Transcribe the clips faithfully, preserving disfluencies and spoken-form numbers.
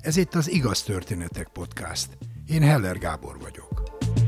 Ez itt az Igaz Történetek Podcast. Én Heller Gábor vagyok.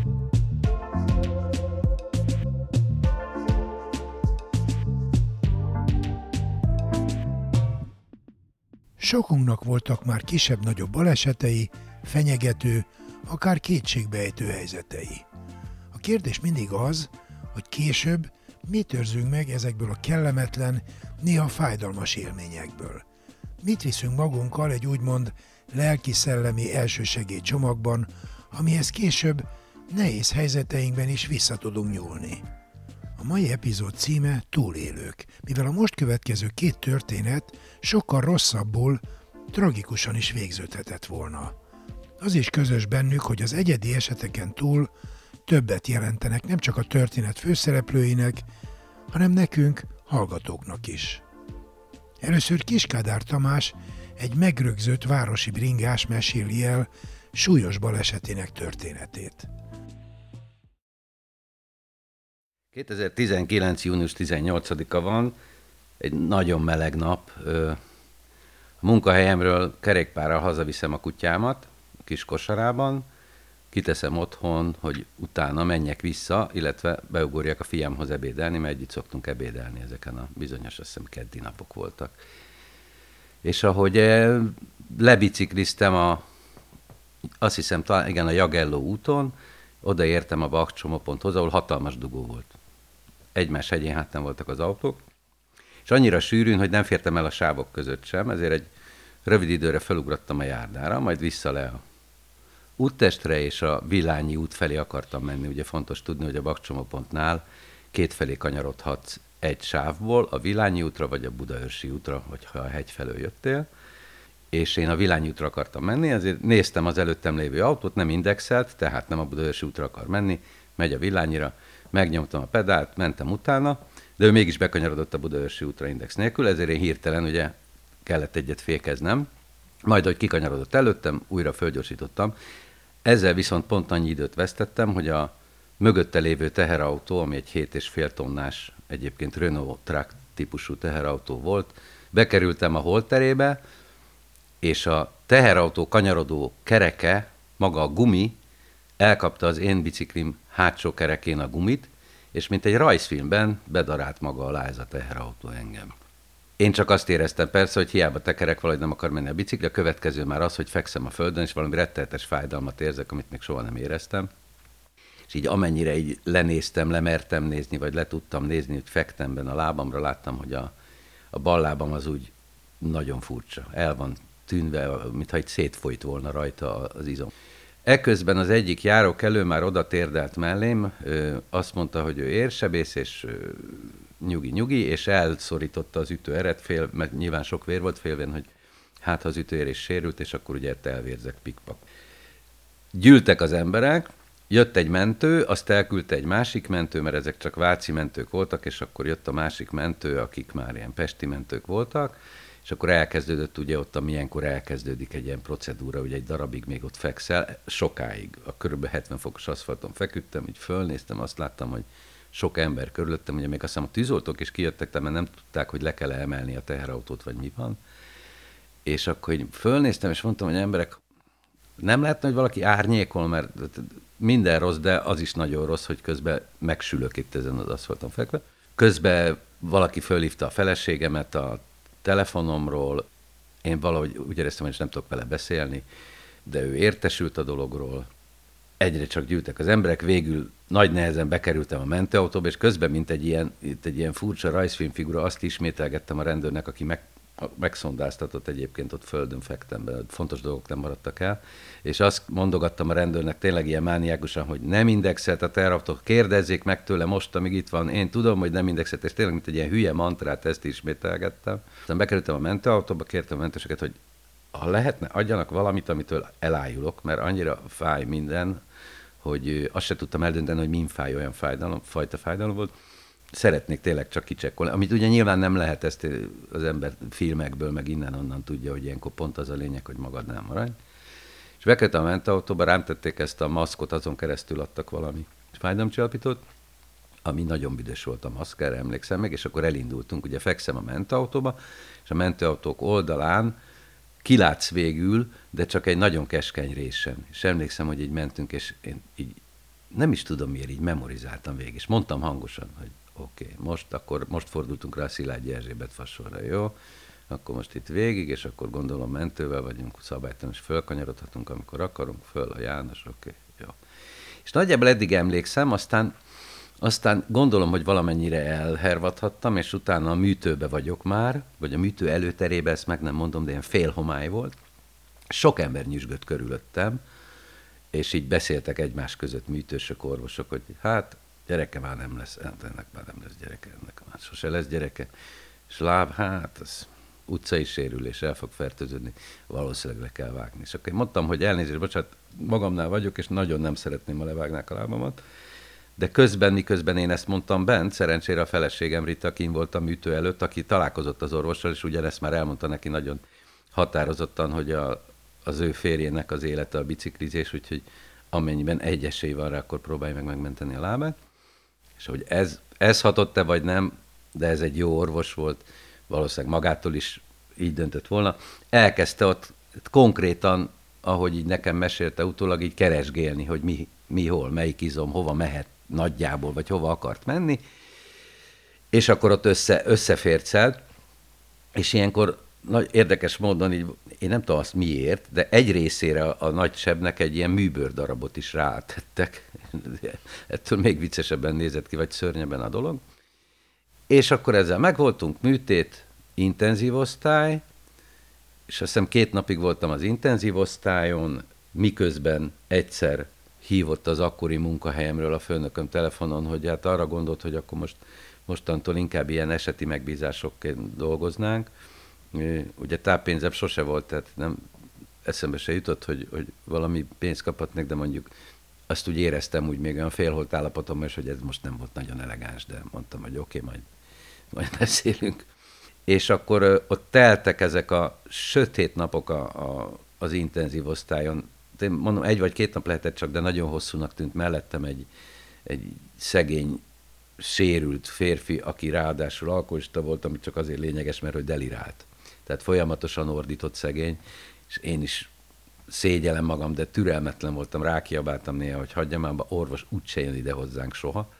Sokunknak voltak már kisebb-nagyobb balesetei, fenyegető, akár kétségbeejtő helyzetei. A kérdés mindig az, hogy később mit őrzünk meg ezekből a kellemetlen, néha fájdalmas élményekből. Mit viszünk magunkkal egy úgymond lelki-szellemi elsősegély csomagban, amihez később nehéz helyzeteinkben is vissza tudunk nyúlni. A mai epizód címe Túlélők, mivel a most következő két történet sokkal rosszabbul, tragikusan is végződhetett volna. Az is közös bennük, hogy az egyedi eseteken túl többet jelentenek nem csak a történet főszereplőinek, hanem nekünk, hallgatóknak is. Először Kiskádár Tamás, egy megrögzött városi bringás meséli el súlyos balesetének történetét. kétezer-tizenkilenc. június tizennyolcadika van, egy nagyon meleg nap. A munkahelyemről kerékpárral hazaviszem a kutyámat, a kis kosarában, kiteszem otthon, hogy utána menjek vissza, illetve beugorjak a fiamhoz ebédelni, mert együtt szoktunk ebédelni, ezeken a bizonyos, azt hiszem, keddi napok voltak. És ahogy lebicikliztem a, azt hiszem, talán igen, a Jagelló úton, odaértem a Bakcsomóponthoz, ahol hatalmas dugó volt. Egymás hegyén hátán voltak az autók, és annyira sűrűn, hogy nem fértem el a sávok között sem, ezért egy rövid időre felugrottam a járdára, majd vissza le a úttestre és a Villányi út felé akartam menni. Ugye fontos tudni, hogy a Bakcsomópontnál kétfelé kanyarodhatsz egy sávból, a Villányi útra vagy a Budaörsi útra, hogyha a hegy felől jöttél, és én a Villányi útra akartam menni, ezért néztem az előttem lévő autót, nem indexelt, tehát nem a Budaörsi útra akar menni, megy a Villányira, megnyomtam a pedált, mentem utána, de ő mégis bekanyarodott a Budaörsi útra index nélkül, ezért én hirtelen ugye kellett egyet fékeznem, majd, hogy kikanyarodott előttem, újra fölgyorsítottam. Ezzel viszont pont annyi időt vesztettem, hogy a mögötte lévő teherautó, ami egy hét és fél tonnás, egyébként Renault Truck típusú teherautó volt, bekerültem a holterébe, és a teherautó kanyarodó kereke, maga a gumi, elkapta az én biciklim hátsó kerekén a gumit, és mint egy rajzfilmben bedarált maga alá ez a teherautó engem. Én csak azt éreztem persze, hogy hiába tekerek, valahogy nem akar menni a bicikli, a következő már az, hogy fekszem a földön, és valami rettenetes fájdalmat érzek, amit még soha nem éreztem. És így amennyire így lenéztem, lemertem nézni, vagy le tudtam nézni, hogy fektem benne a lábamra, láttam, hogy a, a bal lábam az úgy nagyon furcsa. El van tűnve, mintha itt szétfolyt volna rajta az izom. Ekközben az egyik járókelő már oda térdelt mellém, azt mondta, hogy ő érsebész, és nyugi-nyugi, és elszorította az ütőeret, fél, mert nyilván sok vér volt, félvén, hogy hát ha az ütőérés sérült, és akkor ugye elvérzek pikpak. Gyűltek az emberek, jött egy mentő, azt elküldte egy másik mentő, mert ezek csak váci mentők voltak, és akkor jött a másik mentő, akik már ilyen pesti mentők voltak, és akkor elkezdődött ugye ott, amilyenkor elkezdődik egy ilyen procedúra, ugye egy darabig még ott fekszel, sokáig, a körülbelül hetven fokos aszfalton feküdtem, így fölnéztem, azt láttam, hogy sok ember körülöttem, ugye még azt hiszem a tűzoltók is kijöttek, mert nem tudták, hogy le kell emelni a teherautót, vagy mi van. És akkor így fölnéztem, és mondtam, hogy emberek, nem lehetne, hogy valaki árnyékol, mert minden rossz, de az is nagyon rossz, hogy közben megsülök itt ezen az aszfalton fekve. Közben valaki fölhívta a feleségemet a telefonomról, én valahogy úgy éreztem, hogy nem tudok vele beszélni, de ő értesült a dologról. Egyre csak gyűltek az emberek, végül nagy nehezen bekerültem a mentőautóba, és közben, mint egy ilyen, itt egy ilyen furcsa rajzfilmfigura, azt ismételgettem a rendőrnek, aki meg, megszondáztatott, egyébként ott földön fektem be, fontos dolgok nem maradtak el, és azt mondogattam a rendőrnek tényleg ilyen mániákusan, hogy nem indexelt a teherautó, kérdezzék meg tőle most, amíg itt van, én tudom, hogy nem indexelt, és tényleg mint egy ilyen hülye mantrát ezt ismételgettem. Aztán bekerültem a mentőautóba, kértem a mentőseket, hogy ha lehetne, adjanak valamit, amitől elájulok, mert annyira fáj minden, hogy azt se tudtam eldönteni, hogy min fáj, olyan fájdalom, fajta fájdalom volt. Szeretnék tényleg csak kicsekkolni, amit ugye nyilván nem lehet, ezt az ember filmekből, meg innen-onnan tudja, hogy ilyenkor pont az a lényeg, hogy magadnál maradj. És bekerültem a mentőautóba, rám tették ezt a maszkot, azon keresztül adtak valami fájdalomcsillapítót, ami nagyon büdös volt a maszk, erre emlékszem meg, és akkor elindultunk, ugye fekszem a mentőautóba, és a mentőautók oldalán kilátsz végül, de csak egy nagyon keskeny résen. És emlékszem, hogy így mentünk, és én így nem is tudom miért, így memorizáltam végig, és mondtam hangosan, hogy oké, okay, most, akkor most fordultunk rá a Szilágyi Erzsébet fasorra, jó? Akkor most itt végig, és akkor gondolom mentővel vagyunk, szabálytalan, és fölkanyarodhatunk, amikor akarunk, föl a János, oké, okay, jó. És nagyjából eddig emlékszem, aztán, aztán gondolom, hogy valamennyire elhervadhattam, és utána a műtőbe vagyok már, vagy a műtő előterébe, ezt meg nem mondom, de ilyen fél homály volt. Sok ember nyüzsgött körülöttem, és így beszéltek egymás között műtősök, orvosok, hogy hát gyereke már nem lesz, hát ennek már nem lesz gyereke, ennek már sose lesz gyereke. És láb, hát az utcai sérülés, el fog fertőződni, valószínűleg le kell vágni. És akkor én mondtam, hogy elnézést, bocsánat, magamnál vagyok, és nagyon nem szeretném, ha levágnák a lábamat. De közben, miközben én ezt mondtam bent, szerencsére a feleségem Rita kint volt a műtő előtt, aki találkozott az orvossal, és ugyanezt már elmondta neki nagyon határozottan, hogy a, az ő férjének az élete a biciklizés, úgyhogy amennyiben egy esély van rá, akkor próbálj meg megmenteni a lábát. És hogy ez, ez hatott-e vagy nem, de ez egy jó orvos volt, valószínűleg magától is így döntött volna. Elkezdte ott konkrétan, ahogy így nekem mesélte utólag, így keresgélni, hogy mi, mi hol, melyik izom, hova mehet nagyjából, vagy hova akart menni, és akkor ott össze, összefércelt, és ilyenkor nagy, érdekes módon, így, én nem tudom azt miért, de egy részére a, a nagy sebnek egy ilyen műbőr darabot is rátettek. Ettől még viccesebben nézett ki, vagy szörnyebben a dolog. És akkor ezzel megvoltunk, műtét, intenzív osztály, és azt hiszem két napig voltam az intenzív osztályon, miközben egyszer hívott az akkori munkahelyemről a főnököm telefonon, hogy hát arra gondolt, hogy akkor most mostantól inkább ilyen eseti megbízásokként dolgoznánk. Ugye táppénzem sose volt, tehát nem eszembe se jutott, hogy, hogy valami pénzt kaphatnék, de mondjuk azt úgy éreztem úgy még olyan félholt állapotomban is, hogy ez most nem volt nagyon elegáns, de mondtam, hogy oké, okay, majd, majd beszélünk. És akkor ott teltek ezek a sötét napok a, a, az intenzív osztályon. Én mondom, egy vagy két nap lehetett csak, de nagyon hosszúnak tűnt mellettem egy, egy szegény, sérült férfi, aki ráadásul alkoholista volt, ami csak azért lényeges, mert hogy delirált. Tehát folyamatosan ordított szegény, és én is szégyellem magam, de türelmetlen voltam, rákiabáltam néha, hogy hagyjam már, orvos úgyse jön ide hozzánk soha. Oké,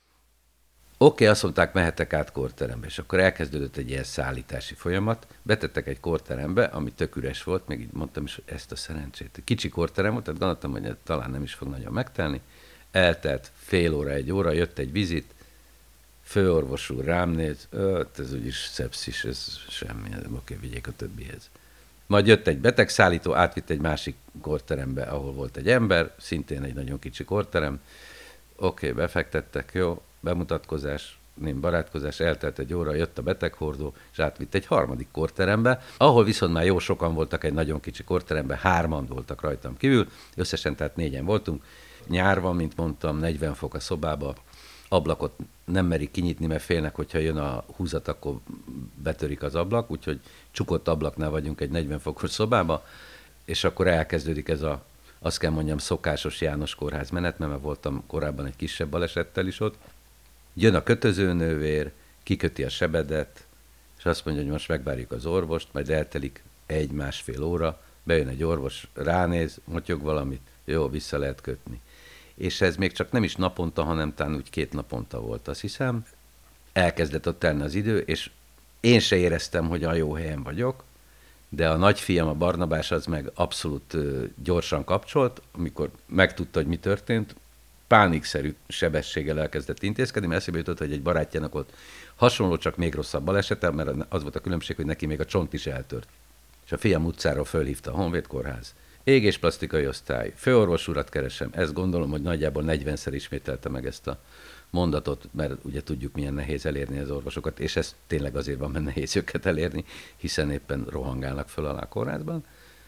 okay, azt mondták, mehetek át kórterembe, és akkor elkezdődött egy ilyen szállítási folyamat, betettek egy kórterembe, ami tök üres volt, még így mondtam is, hogy ezt a szerencsét. Kicsi kórterem volt, tehát gondoltam, hogy talán nem is fog nagyon megtelni. Eltelt fél óra, egy óra, jött egy vizit, főorvos úr rám néz, ez úgyis szepszis, ez semmi, oké, okay, vigyék a többihez. Majd jött egy betegszállító, átvitt egy másik kórterembe, ahol volt egy ember, szintén egy nagyon kicsi kórterem. Oké, okay, befektettek, jó, bemutatkozás, nem barátkozás, eltelt egy óra, jött a beteghordó, és átvitt egy harmadik kórterembe, ahol viszont már jó sokan voltak egy nagyon kicsi kórteremben, hárman voltak rajtam kívül, összesen tehát négyen voltunk. Nyár van, mint mondtam, negyven fok a szobába, ablakot nem merik kinyitni, mert félnek, hogyha jön a húzat, akkor betörik az ablak, úgyhogy csukott ablaknál vagyunk egy negyven fokos szobába, és akkor elkezdődik ez a, azt kell mondjam, szokásos János kórház menet, mert voltam korábban egy kisebb balesettel is ott. Jön a kötözőnővér, kiköti a sebedet, és azt mondja, hogy most megvárjuk az orvost, majd eltelik egy-másfél óra, bejön egy orvos, ránéz, motyog valamit, jó, vissza lehet kötni. És ez még csak nem is naponta, hanem talán úgy két naponta volt, azt hiszem. Elkezdett ott telni az idő, és én se éreztem, hogy a jó helyen vagyok, de a nagyfiam, a Barnabás, az meg abszolút gyorsan kapcsolt, amikor megtudta, hogy mi történt, pánikszerű sebességgel elkezdett intézkedni, mert eszébe jutott, hogy egy barátjának ott hasonló, csak még rosszabb balesete, mert az volt a különbség, hogy neki még a csont is eltört. És a fiam utcáról fölhívta a Honvéd Kórház. Égésplastikai osztály, főorvos urat keresem, ezt gondolom, hogy nagyjából negyvenszer ismételte meg ezt a mondatot, mert ugye tudjuk, milyen nehéz elérni az orvosokat, és ez tényleg azért van, mert nehéz őket elérni, hiszen éppen rohangálnak föl alá a kórházban.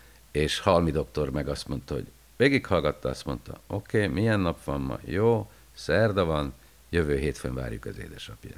És Halmi doktor meg azt mondta, hogy végighallgatta, azt mondta, oké, okay, milyen nap van ma? Jó, szerda van, jövő hétfőn várjuk az édesapját.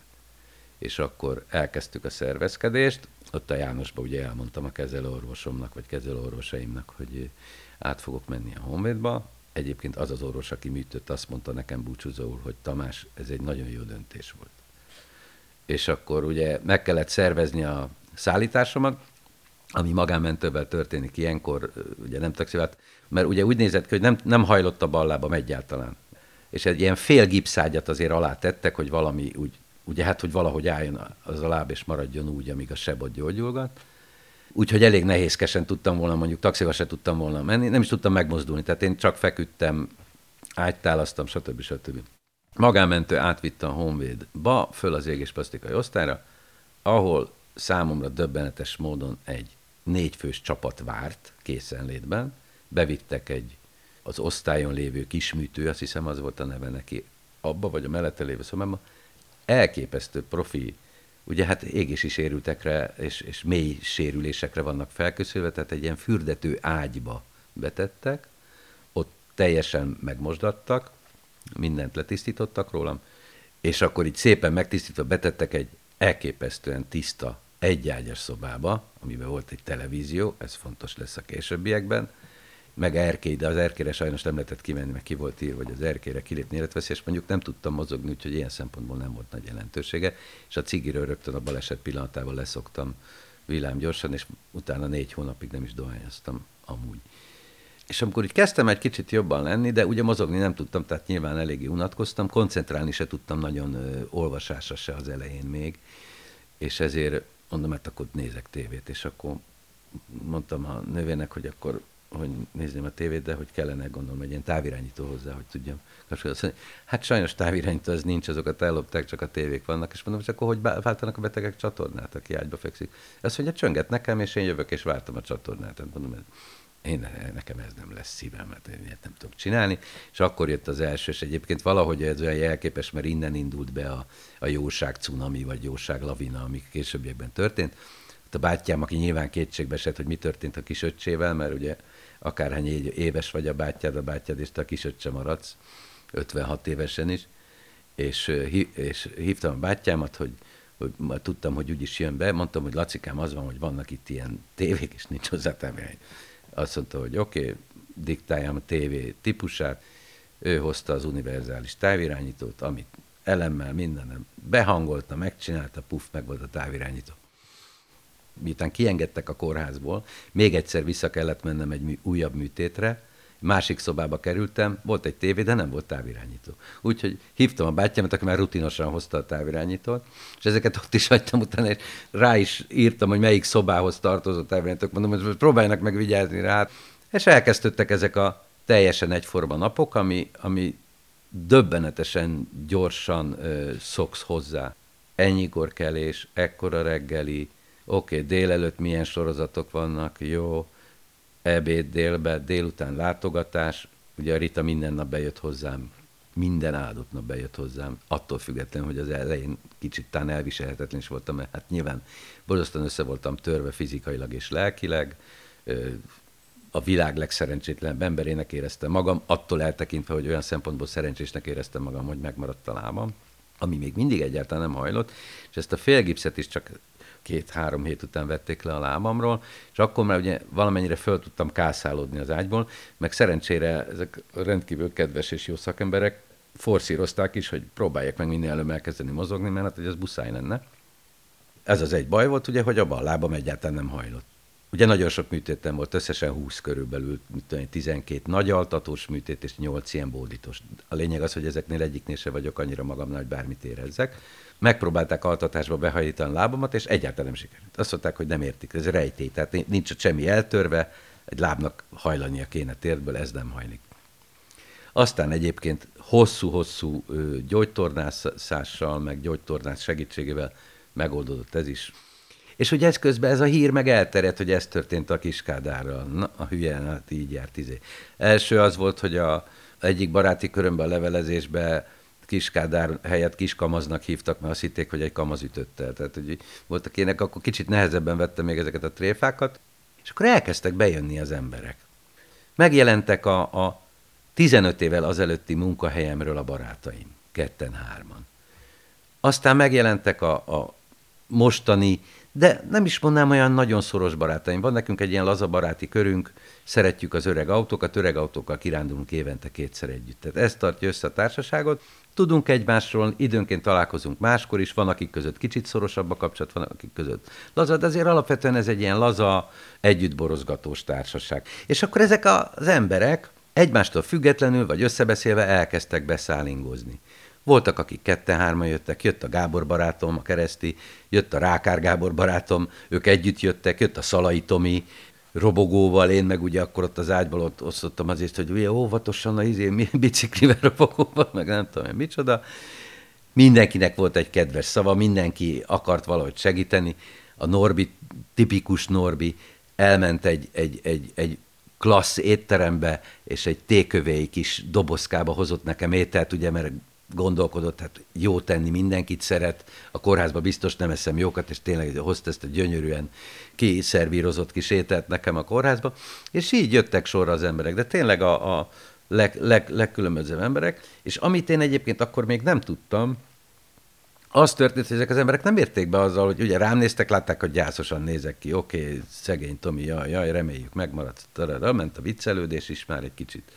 És akkor elkezdtük a szervezkedést, ott a Jánosba ugye elmondtam a kezelőorvosomnak, vagy kezelőorvosaimnak, hogy át fogok menni a Honvédba. Egyébként az az orvos, aki műtött, azt mondta nekem búcsúzóul, hogy Tamás, ez egy nagyon jó döntés volt. És akkor ugye meg kellett szervezni a szállításomat, ami magánmentővel történik ilyenkor, ugye nem taxivált, mert ugye úgy nézett ki, hogy nem, nem hajlott a bal lábam egyáltalán. És egy ilyen fél gipszágyat azért alá tettek, hogy valami úgy, ugye hát, hogy valahogy álljon az a láb, és maradjon úgy, amíg a seb ott gyógyulgat. Úgyhogy elég nehézkesen tudtam volna, mondjuk taxival se tudtam volna menni, nem is tudtam megmozdulni, tehát én csak feküdtem, ágytálasztam, stb. stb. Magánmentő átvitte a Honvédba, föl az égésplasztikai osztályra, ahol számomra döbbenetes módon egy négyfős csapat várt készenlétben, bevittek egy az osztályon lévő kisműtő, azt hiszem az volt a neve neki, abba vagy a mellette lévő szobában, elképesztő profi, ugye hát égési sérültekre és, és mély sérülésekre vannak felkészülve, tehát egy ilyen fürdető ágyba betettek, ott teljesen megmosdattak, mindent letisztítottak rólam, és akkor így szépen megtisztítva betettek egy elképesztően tiszta, egyágyas szobába, amiben volt egy televízió, ez fontos lesz a későbbiekben, meg erkély, de az erkélyre sajnos nem lehetett kimenni, meg ki volt írva, hogy az erkélyre kilépni életveszélyes, mondjuk nem tudtam mozogni, úgyhogy ilyen szempontból nem volt nagy jelentősége, és a cigiről rögtön a baleset pillanatában leszoktam villámgyorsan, és utána négy hónapig nem is dohányoztam amúgy. És amikor így kezdtem egy kicsit jobban lenni, de ugye mozogni nem tudtam, tehát nyilván eléggé unatkoztam, koncentrálni se tudtam nagyon, ö, olvasásra se az elején még, és ezért mondom, hát akkor nézek tévét, és akkor mondtam a nővének, hogy akkor hogy nézném a tévét, de hogy kellene gondolom egy ilyen távirányító hozzá, hogy tudjam kapcsolni. Hát sajnos távirányító az nincs, azokat ellopták, csak a tévék vannak, és mondom, hogy akkor hogy váltanak a betegek csatornát, aki ágyba fekszik. Azt mondja, csönget nekem, és én jövök, és váltom a csatornát. Hát mondom, én, nekem ez nem lesz szívem, mert én ilyet nem tudok csinálni. És akkor jött az első, és egyébként valahogy ez olyan jelképes, mert innen indult be a, a jóság cunami, vagy jóság lavina, ami későbbiekben történt. A bátyám, aki nyilván kétségbe esett, hogy mi történt a kisöccsével, mert ugye akárhány éves vagy a bátyád, a bátyád, és te a kisöccse maradsz, ötvenhat évesen is, és, és hívtam a bátyámat, hogy, hogy tudtam, hogy úgyis jön be, mondtam, hogy Lacikám, az van, hogy vannak itt ilyen tévék, és nincs hozzá távirány. Azt mondta, hogy oké, okay, diktáljam a tévé típusát, ő hozta az univerzális távirányítót, amit elemmel, mindenem behangolta, megcsinálta, puff, meg volt a távirányító. Miután kiengedtek a kórházból, még egyszer vissza kellett mennem egy mű, újabb műtétre, másik szobába kerültem, volt egy tévé, de nem volt távirányító. Úgyhogy hívtam a bátyámat, aki már rutinosan hozta a távirányítót, és ezeket ott is hagytam utána, és rá is írtam, hogy melyik szobához tartozott távirányítók, mondom, hogy próbáljanak meg vigyázni rá. És elkezdődtek ezek a teljesen egyforma napok, ami, ami döbbenetesen gyorsan ö, szoksz hozzá. Ennyikor kelés, ekkora reggeli, oké, okay, délelőtt milyen sorozatok vannak, jó, ebéd délbe, délután látogatás, ugye a Rita minden nap bejött hozzám, minden áldott nap bejött hozzám, attól függetlenül, hogy az elején kicsit tán elviselhetetlen is voltam, mert hát nyilván borzasztóan össze voltam törve fizikailag és lelkileg, a világ legszerencsétlenebb emberének éreztem magam, attól eltekintve, hogy olyan szempontból szerencsésnek éreztem magam, hogy megmaradt a lábam, ami még mindig egyáltalán nem hajlott, és ezt a félgipszet is csak két-három hét után vették le a lábamról, és akkor már ugye valamennyire föl tudtam kászálódni az ágyból, meg szerencsére ezek rendkívül kedves és jó szakemberek forszírozták is, hogy próbálják meg minél előbb elkezdeni mozogni, mert hát, hogy ez buszáj lenne. Ez az egy baj volt, ugye, hogy abban a lábam egyáltalán nem hajlott. Ugye nagyon sok műtétem volt, összesen húsz körülbelül, tizenkét nagy altatós műtét és nyolc ilyen bódítós. A lényeg az, hogy ezeknél egyiknél se vagyok annyira magamnál, hogy bármit érezzek. Megpróbálták altatásba behajítani a lábamat, és egyáltalán nem sikerült. Azt mondták, hogy nem értik, ez rejtély, tehát nincs ott semmi eltörve, egy lábnak hajlania kéne térdből, ez nem hajlik. Aztán egyébként hosszú-hosszú gyógytornászással, meg gyógytornász segítségével megoldódott ez is. És ugye ez közben ez a hír meg elterjedt, hogy ez történt a Kiskádárral. Na, a hülye, hát így járt izé. Első az volt, hogy a egyik baráti körömben a levelezésbe Kiskádár helyett Kiskamaznak hívtak, mert azt hitték, hogy egy kamaz ütött el. Tehát, hogy voltak ének, akkor kicsit nehezebben vettem még ezeket a tréfákat, és akkor elkezdtek bejönni az emberek. Megjelentek a, a tizenöt évvel azelőtti munkahelyemről a barátaim, ketten-hárman. Aztán megjelentek a, a mostani de nem is mondnám, olyan nagyon szoros barátaim. Van nekünk egy ilyen laza baráti körünk, szeretjük az öreg autókat, öreg autókkal kirándulunk évente kétszer együtt. Tehát ez tartja össze a társaságot. Tudunk egymásról, időnként találkozunk máskor is, van akik között kicsit szorosabb a kapcsolat, van akik között laza, de azért alapvetően ez egy ilyen laza, együttborozgatós társaság. És akkor ezek az emberek egymástól függetlenül, vagy összebeszélve elkezdtek beszállingózni. Voltak, akik ketten-hárman jöttek, jött a Gábor barátom, a Kereszti, jött a Rákár Gábor barátom, ők együtt jöttek, jött a Szalai Tomi robogóval, én meg ugye akkor ott az ágyból ott osztottam azért, hogy ugye óvatosan a izé, biciklivel robogóval, meg nem tudom én micsoda. Mindenkinek volt egy kedves szava, mindenki akart valahogy segíteni. A Norbi, tipikus Norbi, elment egy, egy, egy, egy klassz étterembe, és egy tékövéi kis dobozkába hozott nekem ételt, ugye, mert gondolkodott, hát jó tenni, mindenkit szeret, a kórházban biztos nem eszem jókat, és tényleg hozta ezt a gyönyörűen kiszervírozott kis ételt nekem a kórházba, és így jöttek sorra az emberek, de tényleg a, a leg, leg, legkülönbözőbb emberek, és amit én egyébként akkor még nem tudtam, az történt, hogy ezek az emberek nem érték be azzal, hogy ugye rám néztek, látták, hogy gyászosan nézek ki, oké, okay, szegény Tomi, jaj, jaj, reméljük megmaradt, tarara, ment a viccelődés is már egy kicsit.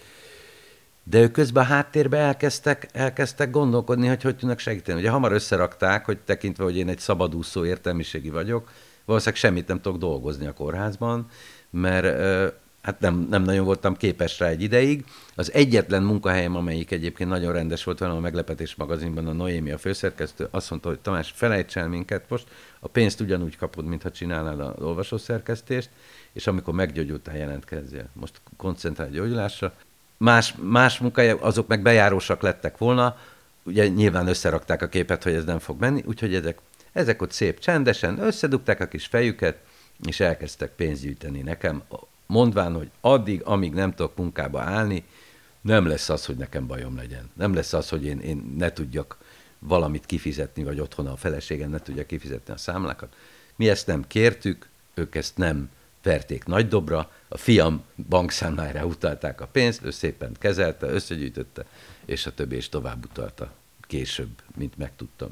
De ők közben a háttérben elkezdtek, elkezdtek gondolkodni, hogy hogy tudnak segíteni. Ugye hamar összerakták, hogy tekintve, hogy én egy szabadúszó értelmiségi vagyok, valószínűleg semmit nem tudok dolgozni a kórházban, mert hát nem, nem nagyon voltam képes rá egy ideig. Az egyetlen munkahelyem, amelyik egyébként nagyon rendes volt velem a Meglepetés magazinban, a Noémi, a főszerkesztő, azt mondta, hogy Tamás, felejts el minket most, a pénzt ugyanúgy kapod, mintha csinálnád az olvasószerkesztést, és amikor meggyógyultál, jelentkezzél. Most koncentrálj gyógyulásra. Más, más munkahelyek, azok meg bejárósak lettek volna, ugye nyilván összerakták a képet, hogy ez nem fog menni, úgyhogy ezek, ezek ott szép csendesen összedugták a kis fejüket, és elkezdtek pénzt gyűjteni nekem, mondván, hogy addig, amíg nem tudok munkába állni, nem lesz az, hogy nekem bajom legyen. Nem lesz az, hogy én, én ne tudjak valamit kifizetni, vagy otthon a feleségem ne tudja kifizetni a számlákat. Mi ezt nem kértük, ők ezt nem verték nagy dobra, a fiam bankszámlájára utalták a pénzt, ő szépen kezelte, összegyűjtötte, és a többi is tovább utalta később, mint megtudtam.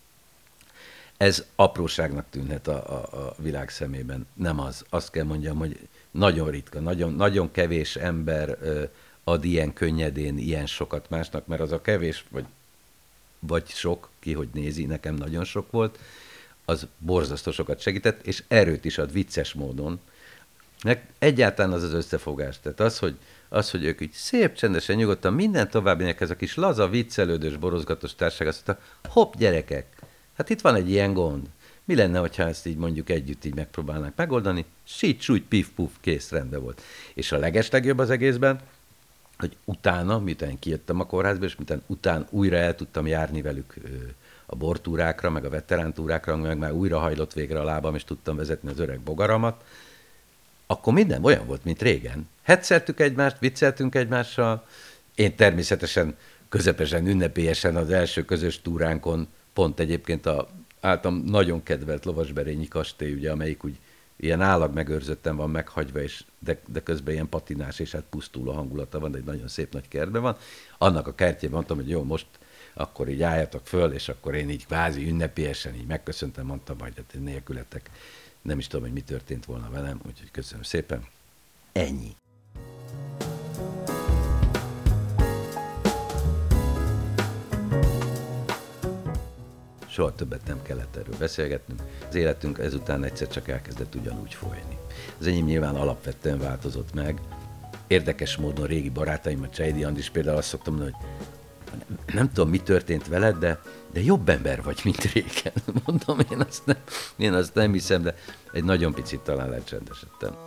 Ez apróságnak tűnhet a, a, a világ szemében. Nem az. Azt kell mondjam, hogy nagyon ritka, nagyon, nagyon kevés ember ö, ad ilyen könnyedén ilyen sokat másnak, mert az a kevés, vagy, vagy sok, ki hogy nézi, nekem nagyon sok volt, az borzasztó sokat segített, és erőt is ad vicces módon. Meg egyáltalán az az összefogás. Tehát az, hogy, az, hogy ők így szép, csendesen, nyugodtan, minden továbbinek ez a kis laza, viccelődős, borozgatós társaság, azt mondta, hopp, gyerekek, hát itt van egy ilyen gond. Mi lenne, hogyha ezt így mondjuk együtt így megpróbálnánk megoldani? Sígy, súgy, pif, puf, kész, rendben volt. És a legeslegjobb az egészben, hogy utána, miután kijöttem a kórházba, és miután után újra el tudtam járni velük a bortúrákra, meg a veterántúrákra, meg már újra hajlott végre a lábam, és tudtam vezetni az öreg bogaramat, akkor minden olyan volt, mint régen. Hetszeltük egymást, vicceltünk egymással. Én természetesen közepesen, ünnepélyesen az első közös túránkon, pont egyébként a általam nagyon kedvelt Lovasberényi kastély, ugye, amelyik úgy ilyen állag megőrzötten van meghagyva, és de, de közben ilyen patinás, és hát pusztuló hangulata van, de egy nagyon szép nagy kertben van. Annak a kertjében mondtam, hogy jó, most akkor így álljatok föl, és akkor én így kvázi ünnepélyesen így megköszöntem, mondtam, hogy hát nélkületek nem is tudom, hogy mi történt volna velem, úgyhogy köszönöm szépen. Ennyi. Soha többet nem kellett erről beszélgetnünk. Az életünk ezután egyszer csak elkezdett ugyanúgy folyni. Az enyém nyilván alapvetően változott meg. Érdekes módon régi barátaim, a Csejdi Andris például azt szoktam mondani, hogy nem, nem tudom, mi történt veled, de, de jobb ember vagy, mint régen. Mondom, én azt, nem, én azt nem hiszem, de egy nagyon picit talán lecsendesedtem.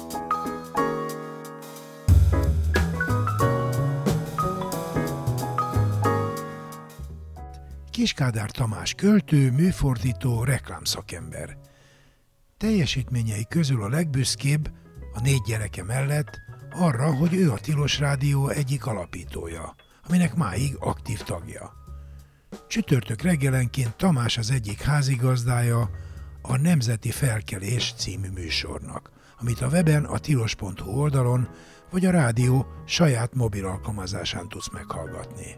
Kiskádár Tamás költő, műfordító, reklámszakember. Teljesítményei közül a legbüszkébb, a négy gyereke mellett arra, hogy ő a Tilos Rádió egyik alapítója, aminek máig aktív tagja. Csütörtök reggelenként Tamás az egyik házigazdája a Nemzeti Felkelés című műsornak, amit a weben a tilos pont hu oldalon vagy a rádió saját mobil alkalmazásán tudsz meghallgatni.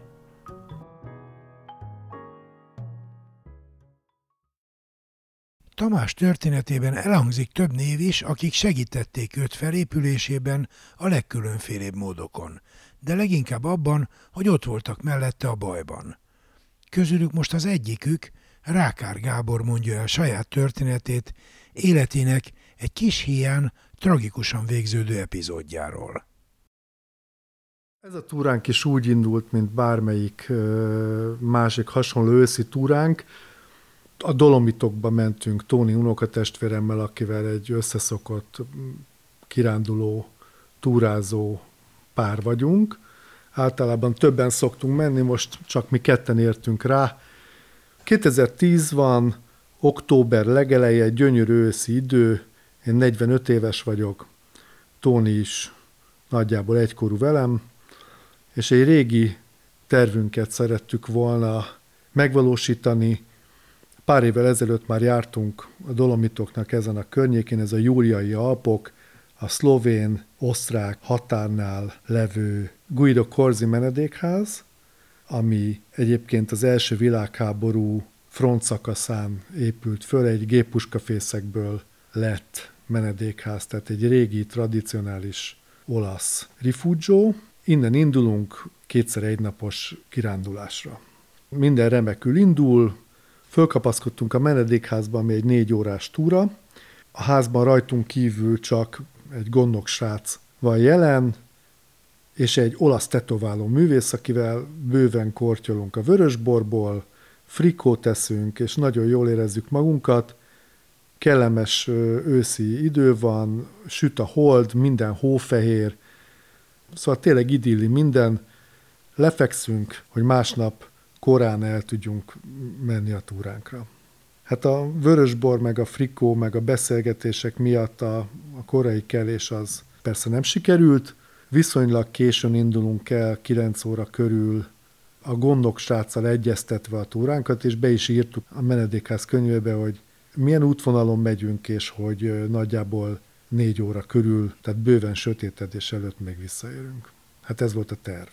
Tamás történetében elhangzik több név is, akik segítették őt felépülésében a legkülönfélébb módokon, de leginkább abban, hogy ott voltak mellette a bajban. Közülük most az egyikük, Rákár Gábor mondja el saját történetét, életének egy kis híján tragikusan végződő epizódjáról. Ez a túránk is úgy indult, mint bármelyik másik hasonló őszi túránk. A Dolomitokba mentünk Tóni unokatestvéremmel, akivel egy összeszokott, kiránduló, túrázó pár vagyunk. Általában többen szoktunk menni, most csak mi ketten értünk rá. kétezer-tíz van, október legeleje, gyönyörű őszi idő, én negyvenöt éves vagyok, Tóni is nagyjából egykorú velem, és egy régi tervünket szerettük volna megvalósítani. Pár évvel ezelőtt már jártunk a Dolomitoknak ezen a környékén, ez a Júliai Alpok, a szlovén-osztrák határnál levő Guido Corsi menedékház, ami egyébként az első világháború frontszakaszán épült föl, egy géppuskafészekből lett menedékház, tehát egy régi, tradicionális olasz rifugio. Innen indulunk kétszer egynapos kirándulásra. Minden remekül indul, fölkapaszkodtunk a menedékházba, ami egy négy órás túra. A házban rajtunk kívül csak egy gondnok srác van jelen, és egy olasz tetováló művész, akivel bőven kortyolunk a vörösborból, frikót teszünk, és nagyon jól érezzük magunkat. Kellemes őszi idő van, süt a hold, minden hófehér, szóval tényleg idilli minden. Lefekszünk, hogy másnap korán el tudjunk menni a túránkra. Hát a vörösbor, meg a frikó, meg a beszélgetések miatt a, a korai kelés az persze nem sikerült. Viszonylag későn indulunk el, kilenc óra körül, a gondok sráccal egyeztetve a túránkat, és be is írtuk a menedékház könyvébe, hogy milyen útvonalon megyünk, és hogy nagyjából négy óra körül, tehát bőven sötétedés előtt még visszaérünk. Hát ez volt a terv.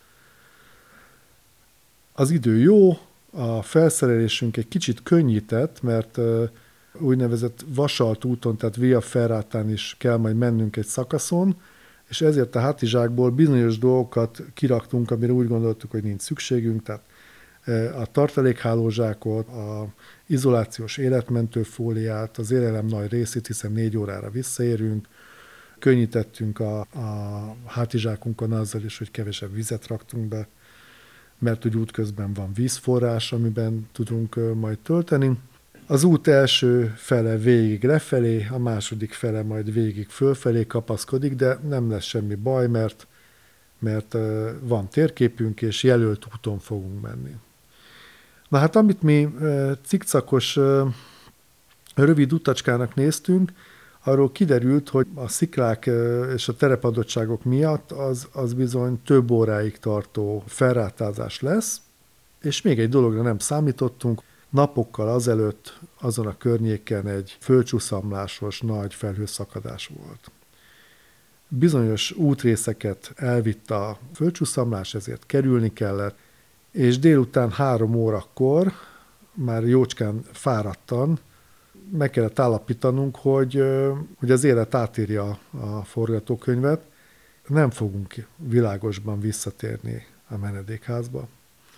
Az idő jó, a felszerelésünk egy kicsit könnyített, mert úgynevezett vasalt úton, tehát Via Ferratán is kell majd mennünk egy szakaszon, és ezért a hátizsákból bizonyos dolgokat kiraktunk, amire úgy gondoltuk, hogy nincs szükségünk, tehát a tartalékhálózsákot, a izolációs életmentő fóliát, az élelem nagy részét, hiszen négy órára visszaérünk, könnyítettünk a, a hátizsákunkon azzal is, hogy kevesebb vizet raktunk be, mert úgy útközben van vízforrás, amiben tudunk majd tölteni. Az út első fele végig lefelé, a második fele majd végig fölfelé kapaszkodik, de nem lesz semmi baj, mert, mert van térképünk, és jelölt úton fogunk menni. Na hát, amit mi cikcakos rövid utacskának néztünk, arról kiderült, hogy a sziklák és a terepadottságok miatt az, az bizony több óráig tartó felrátázás lesz, és még egy dologra nem számítottunk, napokkal azelőtt azon a környéken egy földcsúszamlásos nagy felhőszakadás volt. Bizonyos útrészeket elvitt a földcsúszamlás, ezért kerülni kellett, és délután három órakor, már jócskán fáradtan, meg kellett állapítanunk, hogy, hogy az élet átírja a forgatókönyvet, nem fogunk világosban visszatérni a menedékházba.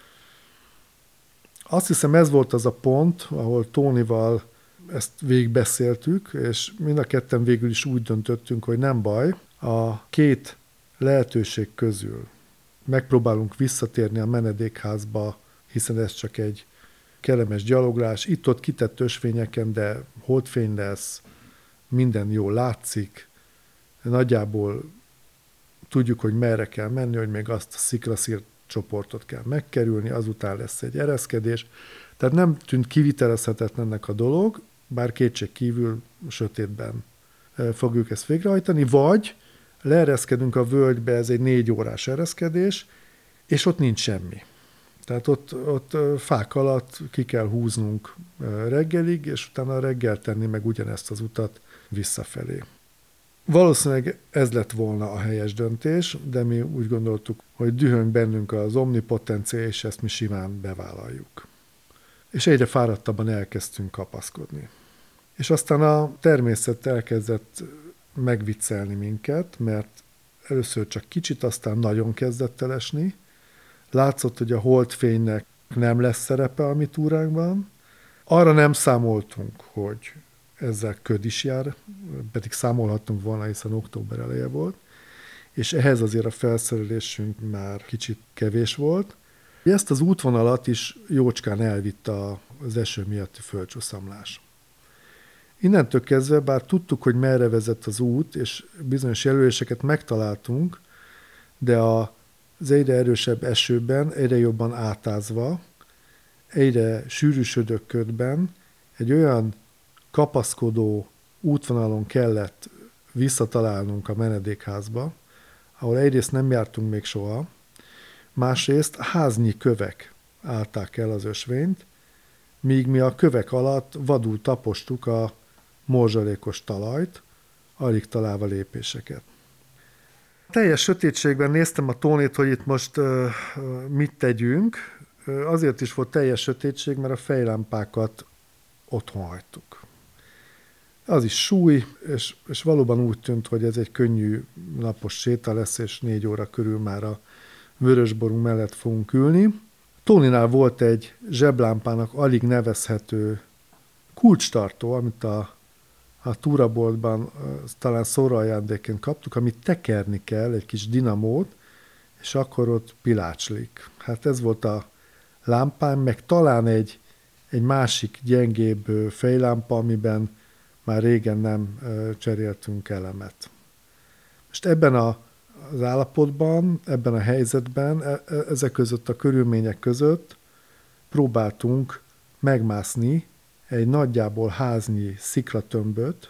Azt hiszem, ez volt az a pont, ahol Tónival ezt végigbeszéltük, és mind a ketten végül is úgy döntöttünk, hogy nem baj, a két lehetőség közül megpróbálunk visszatérni a menedékházba, hiszen ez csak egy kellemes gyaloglás, itt-ott kitett ösvényeken, de holdfény lesz, minden jól látszik, nagyjából tudjuk, hogy merre kell menni, hogy még azt a sziklaszírt csoportot kell megkerülni, azután lesz egy ereszkedés. Tehát nem tűnt kivitelezhetetlennek a dolog, bár kétség kívül sötétben fogjuk ezt végrehajtani, vagy leereszkedünk a völgybe, ez egy négy órás ereszkedés, és ott nincs semmi. Tehát ott, ott fák alatt ki kell húznunk reggelig, és utána reggel tenni meg ugyanezt az utat visszafelé. Valószínűleg ez lett volna a helyes döntés, de mi úgy gondoltuk, hogy dühöng bennünk az omnipotencia, és ezt mi simán bevállaljuk. És egyre fáradtabban elkezdtünk kapaszkodni. És aztán a természet elkezdett megviccelni minket, mert először csak kicsit, aztán nagyon kezdett el esni. Látszott, hogy a holdfénynek nem lesz szerepe a mi túránkban. Arra nem számoltunk, hogy ezzel köd is jár, pedig számolhattunk volna, hiszen október eleje volt, és ehhez azért a felszerelésünk már kicsit kevés volt. Ezt az útvonalat is jócskán elvitte az eső miatti földcsúszamlás. Innentől kezdve, bár tudtuk, hogy merre vezet az út, és bizonyos jelöléseket megtaláltunk, de az egyre erősebb esőben, egyre jobban átázva, egyre sűrűsödő ködben egy olyan kapaszkodó útvonalon kellett visszatalálnunk a menedékházba, ahol egyrészt nem jártunk még soha, másrészt háznyi kövek állták el az ösvényt, míg mi a kövek alatt vadul tapostuk a morzsalékos talajt, alig találva lépéseket. Teljes sötétségben néztem a Tónit, hogy itt most uh, mit tegyünk. Uh, azért is volt teljes sötétség, mert a fejlámpákat otthon hagytuk. Az is súly, és, és valóban úgy tűnt, hogy ez egy könnyű napos séta lesz, és négy óra körül már a Vörösború mellett fogunk ülni. Tóninál volt egy zseblámpának alig nevezhető kulcstartó, amit a, a túraboltban talán szóra ajándékként kaptuk, amit tekerni kell, egy kis dinamót, és akkor ott pilácslik. Hát ez volt a lámpám, meg talán egy, egy másik gyengébb fejlámpa, amiben már régen nem cseréltünk elemet. Most ebben a, az állapotban, ebben a helyzetben, e, ezek között a körülmények között próbáltunk megmászni egy nagyjából háznyi sziklatömböt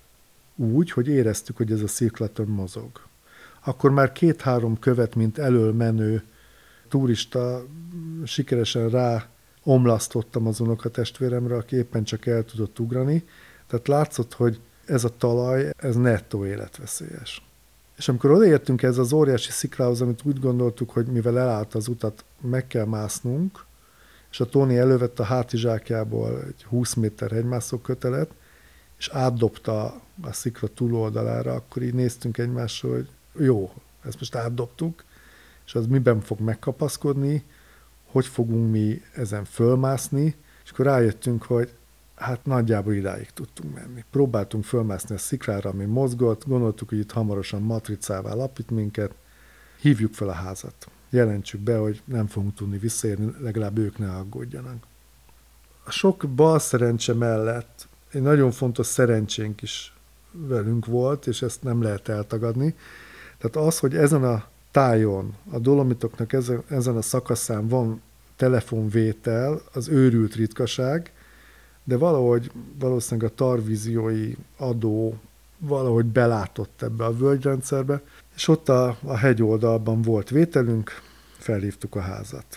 úgy, hogy éreztük, hogy ez a sziklatömb mozog. Akkor már két-három követ, mint elől menő turista sikeresen rá omlasztottam az unokatestvéremre, aki éppen csak el tudott ugrani. Tehát látszott, hogy ez a talaj, ez nettó életveszélyes. És amikor odaértünk ez az óriási sziklához, amit úgy gondoltuk, hogy mivel elállt az utat, meg kell másznunk, és a Tóni elővett a hátizsákjából egy húsz méter hegymászó kötelet, és átdobta a szikla túloldalára, akkor így néztünk egymásra, hogy jó, ezt most átdobtuk, és az miben fog megkapaszkodni, hogy fogunk mi ezen fölmászni, és akkor rájöttünk, hogy hát nagyjából idáig tudtunk menni. Próbáltunk fölmászni a sziklára, ami mozgott, gondoltuk, hogy itt hamarosan matricává lapít minket, hívjuk fel a házat. Jelentsük be, hogy nem fogunk tudni visszaérni, legalább ők ne aggódjanak. A sok bal szerencse mellett egy nagyon fontos szerencsénk is velünk volt, és ezt nem lehet eltagadni. Tehát az, hogy ezen a tájon, a Dolomitoknak ezen, ezen a szakaszán van telefonvétel, az őrült ritkaság, de valahogy valószínűleg a tarvíziói adó valahogy belátott ebbe a völgyrendszerbe, és ott a, a hegyoldalban volt vételünk, felhívtuk a házat.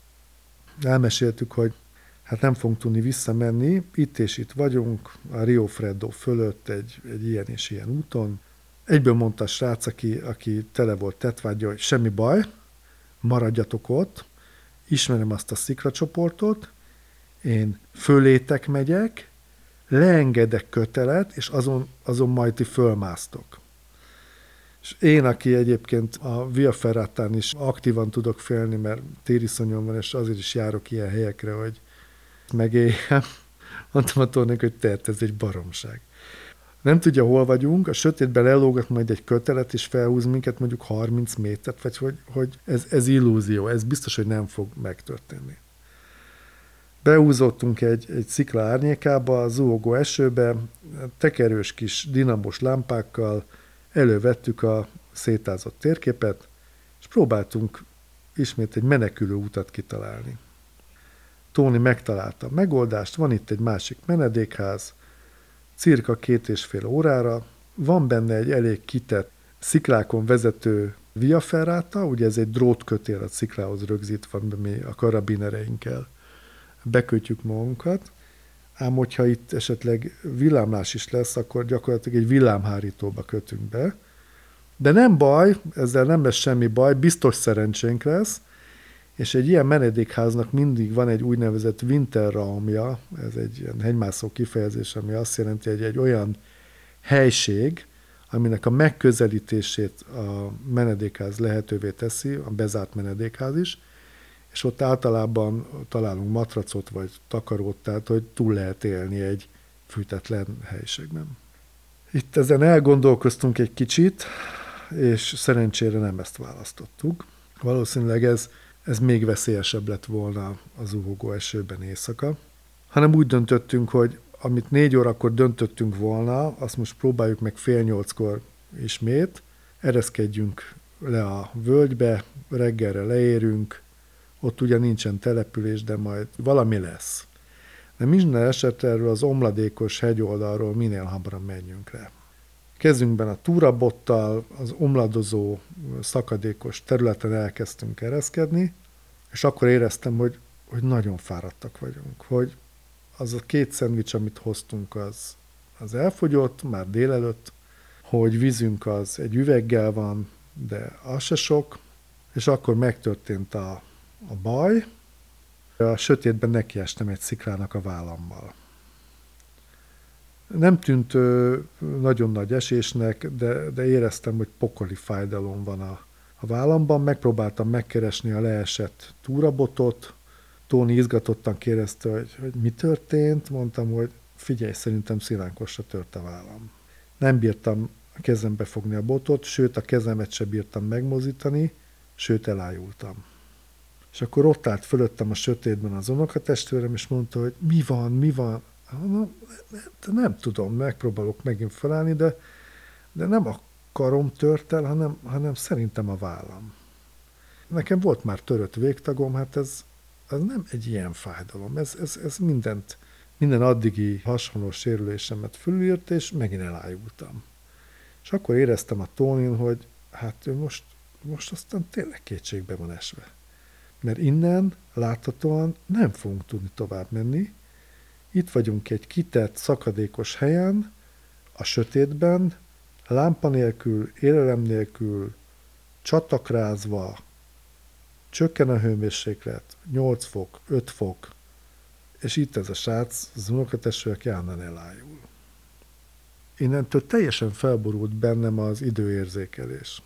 Elmeséltük, hogy hát nem fogunk tudni visszamenni, itt és itt vagyunk, a Rio Freddo fölött egy, egy ilyen és ilyen úton. Egyből mondta a srác, aki, aki tele volt tetvágya, hogy semmi baj, maradjatok ott, ismerem azt a sziklacsoportot, én fölétek megyek, leengedek kötelet, és azon, azon majd ti fölmásztok. És én, aki egyébként a Via Ferratán is aktívan tudok félni, mert tériszonyom van, és azért is járok ilyen helyekre, hogy megéljem, mondtam a Tóninak, hogy tehet, ez egy baromság. Nem tudja, hol vagyunk, a sötétben ellógat majd egy kötelet, és felhúz minket mondjuk harminc métert, vagy hogy, hogy ez, ez illúzió, ez biztos, hogy nem fog megtörténni. Behúzottunk egy, egy szikla árnyékába, a zuhogó esőbe, tekerős kis dinamos lámpákkal, elővettük a szétázott térképet, és próbáltunk ismét egy menekülő utat kitalálni. Tóni megtalálta a megoldást, van itt egy másik menedékház, cirka két és fél órára, van benne egy elég kitett sziklákon vezető Via Ferrata, ugye ez egy drótkötél a sziklához rögzítve, van, mi a karabinereinkkel bekötjük magunkat, ám hogyha itt esetleg villámlás is lesz, akkor gyakorlatilag egy villámhárítóba kötünk be. De nem baj, ezzel nem lesz semmi baj, biztos szerencsénk lesz, És egy ilyen menedékháznak mindig van egy úgynevezett winterraumja, ez egy ilyen hegymászó kifejezés, ami azt jelenti, hogy egy olyan helység, aminek a megközelítését a menedékház lehetővé teszi, a bezárt menedékház is, és ott általában találunk matracot vagy takarót, tehát hogy túl lehet élni egy fűtetlen helyiségben. Itt ezen elgondolkoztunk egy kicsit, és szerencsére nem ezt választottuk. Valószínűleg ez, ez még veszélyesebb lett volna az zuhogó esőben éjszaka, hanem úgy döntöttünk, hogy amit négy órakor döntöttünk volna, azt most próbáljuk meg fél nyolckor ismét, ereszkedjünk le a völgybe, reggelre leérünk, ott ugye nincsen település, de majd valami lesz. De minden esetre erről az omladékos hegyoldalról minél hamarabb menjünk le. Kezünkben a túrabottal az omladozó szakadékos területen elkezdtünk ereszkedni, és akkor éreztem, hogy, hogy nagyon fáradtak vagyunk, hogy az a két szendvics, amit hoztunk, az, az elfogyott, már délelőtt, hogy vízünk az egy üveggel van, de az se sok, és akkor megtörtént a, a baj. A sötétben nekiestem egy sziklának a vállammal. Nem tűnt ö, nagyon nagy esésnek, de, de éreztem, hogy pokoli fájdalom van a, a vállamban. Megpróbáltam megkeresni a leesett túrabotot. Tóni izgatottan kérdezte, hogy, hogy mi történt. Mondtam, hogy figyelj, szerintem szilánkosra tört a vállam. Nem bírtam a kezembe fogni a botot, sőt a kezemet se bírtam megmozítani, sőt elájultam. És akkor ott állt fölöttem a sötétben az unokatestvérem, és mondta, hogy mi van, mi van. Nem, nem, nem tudom, megpróbálok megint felállni, de, de nem a karom tört el, hanem, hanem szerintem a vállam. Nekem volt már törött végtagom, hát ez, ez nem egy ilyen fájdalom, ez, ez, ez mindent, minden addigi hasonló sérülésemet fölírt, és megint elájultam. És akkor éreztem a Tónin, hogy hát ő most, most aztán tényleg kétségbe van esve. Mert innen láthatóan nem fogunk tudni tovább menni. Itt vagyunk egy kitett, szakadékos helyen, a sötétben, lámpa nélkül, élelem nélkül, csatakrázva, csökken a hőmérséklet, nyolc fok, öt fok, és itt ez a srác, az unokatestvérek járnan elájul. Innentől teljesen felborult bennem az időérzékelés.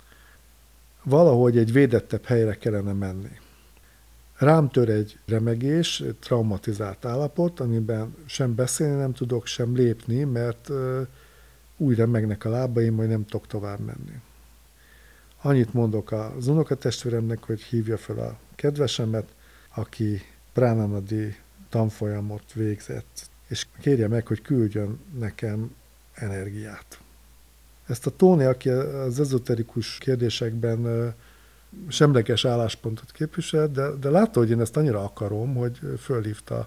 Valahogy egy védettebb helyre kellene menni. Rám tör egy remegés, egy traumatizált állapot, amiben sem beszélni nem tudok, sem lépni, mert uh, úgy remegnek a lábaim, hogy nem tudok tovább menni. Annyit mondok az unokatestvéremnek, hogy hívja fel a kedvesemet, aki Pránanadi tanfolyamot végzett, és kérje meg, hogy küldjön nekem energiát. Ezt a Tóni, aki az ezoterikus kérdésekben uh, semleges álláspontot képvisel, de, de látta, hogy én ezt annyira akarom, hogy fölhívta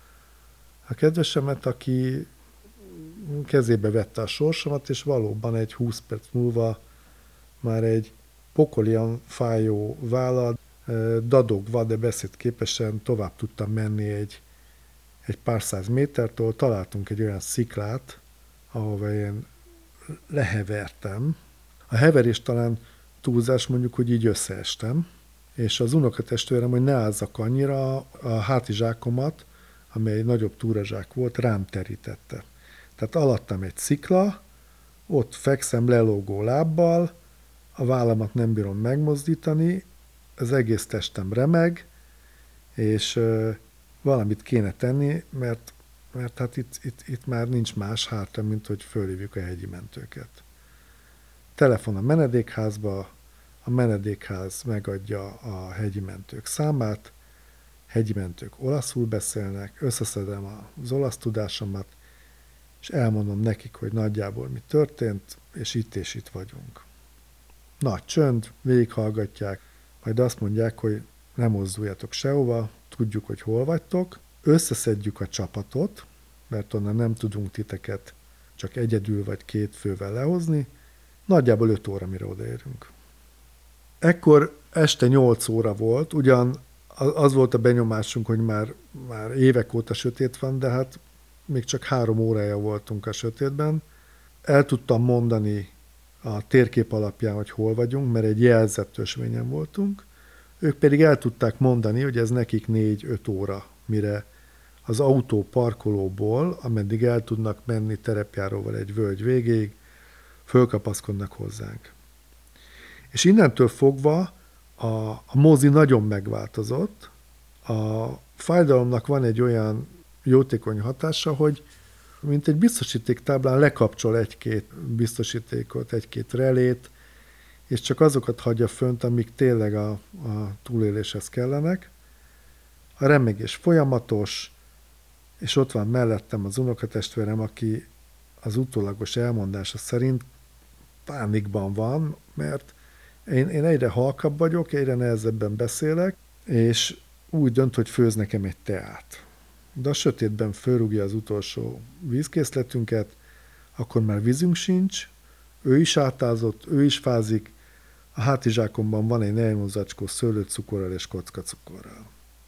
a kedvesemet, aki kezébe vette a sorsomat, és valóban egy húsz perc múlva már egy pokolian fájó vállal, dadogva, de beszédképesen tovább tudtam menni egy, egy pár száz métertől. Találtunk egy olyan sziklát, ahova én lehevertem. A heverés talán túlzás, mondjuk, hogy így összeestem, és az unokatestvérem, hogy ne ázzak annyira, a hátizsákomat, amely egy nagyobb túrazsák volt, rám terítette. Tehát alattam egy szikla, ott fekszem lelógó lábbal, a vállamat nem bírom megmozdítani, az egész testem remeg, és uh, valamit kéne tenni, mert, mert hát itt, itt, itt már nincs más hátra, mint hogy fölhívjuk a hegyi mentőket. Telefon a menedékházba, a menedékház megadja a hegyi mentők számát, hegyi mentők olaszul beszélnek, összeszedem az olasz tudásomat, és elmondom nekik, hogy nagyjából mi történt, és itt és itt vagyunk. Nagy csönd, végighallgatják, majd azt mondják, hogy nem mozduljatok sehova, tudjuk, hogy hol vagytok, összeszedjük a csapatot, mert onnan nem tudunk titeket csak egyedül vagy két fővel lehozni, nagyjából öt óra, mire odaérünk. Ekkor este nyolc óra volt, ugyan az volt a benyomásunk, hogy már, már évek óta sötét van, de hát még csak három órája voltunk a sötétben. El tudtam mondani a térkép alapján, hogy hol vagyunk, mert egy jelzett ösvényen voltunk. Ők pedig el tudták mondani, hogy ez nekik négy-öt óra, mire az autó parkolóból, ameddig el tudnak menni terepjáróval egy völgy végéig, fölkapaszkodnak hozzánk. És innentől fogva a, a mozi nagyon megváltozott. A fájdalomnak van egy olyan jótékony hatása, hogy mint egy biztosítéktáblán lekapcsol egy-két biztosítékot, egy-két relét, és csak azokat hagyja fönt, amik tényleg a, a túléléshez kellenek. A remegés folyamatos, és ott van mellettem az unokatestvérem, aki az utólagos elmondása szerint pánikban van, mert én, én egyre halkabb vagyok, egyre nehezebben beszélek, és úgy dönt, hogy főz nekem egy teát. De a sötétben fölrúgja az utolsó vízkészletünket, akkor már vízünk sincs, ő is átázott, ő is fázik, a hátizsákomban van egy nejlonzacskó szőlőcukorral és kockacukorral.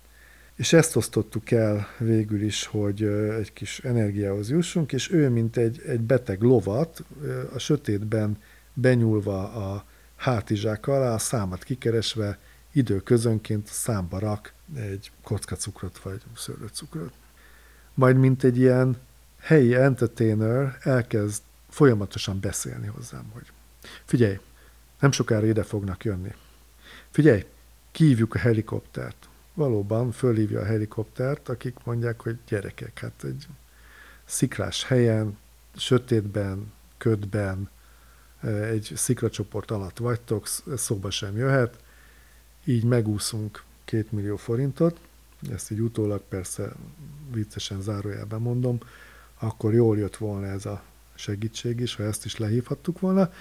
És ezt osztottuk el végül is, hogy egy kis energiához jussunk, és ő, mint egy, egy beteg lovat, a sötétben benyúlva a hátizsák alá, a számat kikeresve, időközönként számba rak egy kockacukrot vagy szőlőcukrot. Majd, mint egy ilyen helyi entertainer, elkezd folyamatosan beszélni hozzám, hogy figyelj, nem sokára ide fognak jönni. Figyelj, kihívjuk a helikoptert. Valóban fölhívja a helikoptert, akik mondják, hogy gyerekek, hát egy sziklás helyen, sötétben, ködben, egy sziklacsoport alatt vagytok, szóba sem jöhet, így megúszunk két millió forintot, ezt így utólag persze viccesen zárójelben mondom, akkor jól jött volna ez a segítség is, ha ezt is lehívhattuk volna.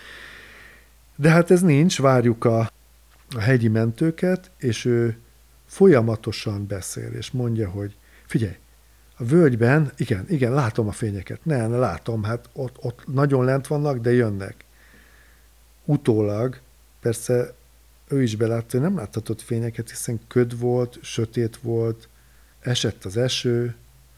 De hát ez nincs, várjuk a, a hegyi mentőket, és ő folyamatosan beszél, és mondja, hogy figyelj, a völgyben, igen, igen, látom a fényeket, ne, ne látom, hát ott, ott nagyon lent vannak, de jönnek. Utólag, persze ő is belátta, hogy nem láthatott fényeket, hiszen köd volt, sötét volt, esett az eső.